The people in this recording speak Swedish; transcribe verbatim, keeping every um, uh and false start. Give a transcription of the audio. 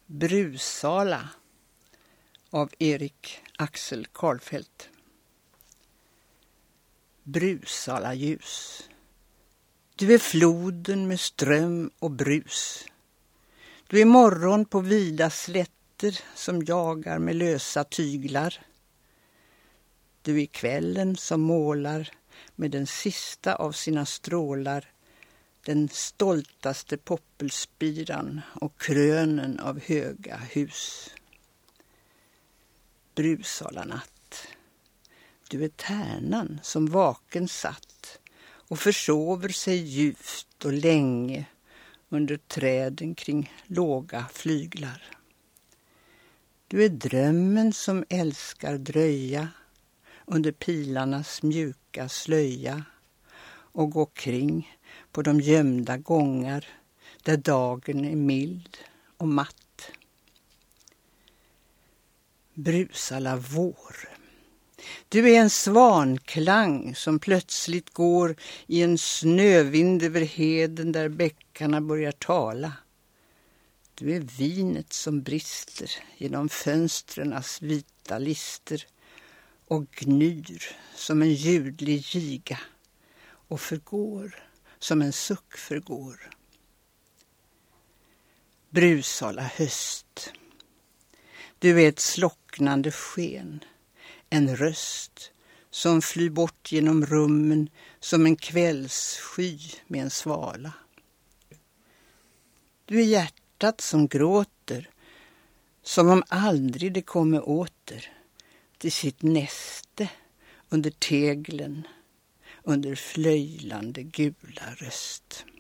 Brusala av Erik Axel Karlfeldt. Brusala ljus. Du är floden med ström och brus. Du är morgon på vida slätter som jagar med lösa tyglar. Du är kvällen som målar med den sista av sina strålar den stoltaste poppelspiran och krönen av höga hus. Brusala natt. Du är tärnan som vaken satt och försover sig djupt och länge under träden kring låga flyglar. Du är drömmen som älskar dröja under pilarnas mjuka slöja och gå kring på de gömda gångar där dagen är mild och matt. Brusala vår. Du är en svanklang som plötsligt går i en snövind över heden där bäckarna börjar tala. Du är vinet som brister genom fönstrenas vita lister och gnyr som en ljudlig giga och förgår som en suck förgår. Brusala höst. Du är ett slocknande sken, en röst som flyr bort genom rummen som en kvällssky med en svala. Du är hjärtat som gråter, som om aldrig det kommer åter till sitt näste under teglen, under flöjlande gula röst.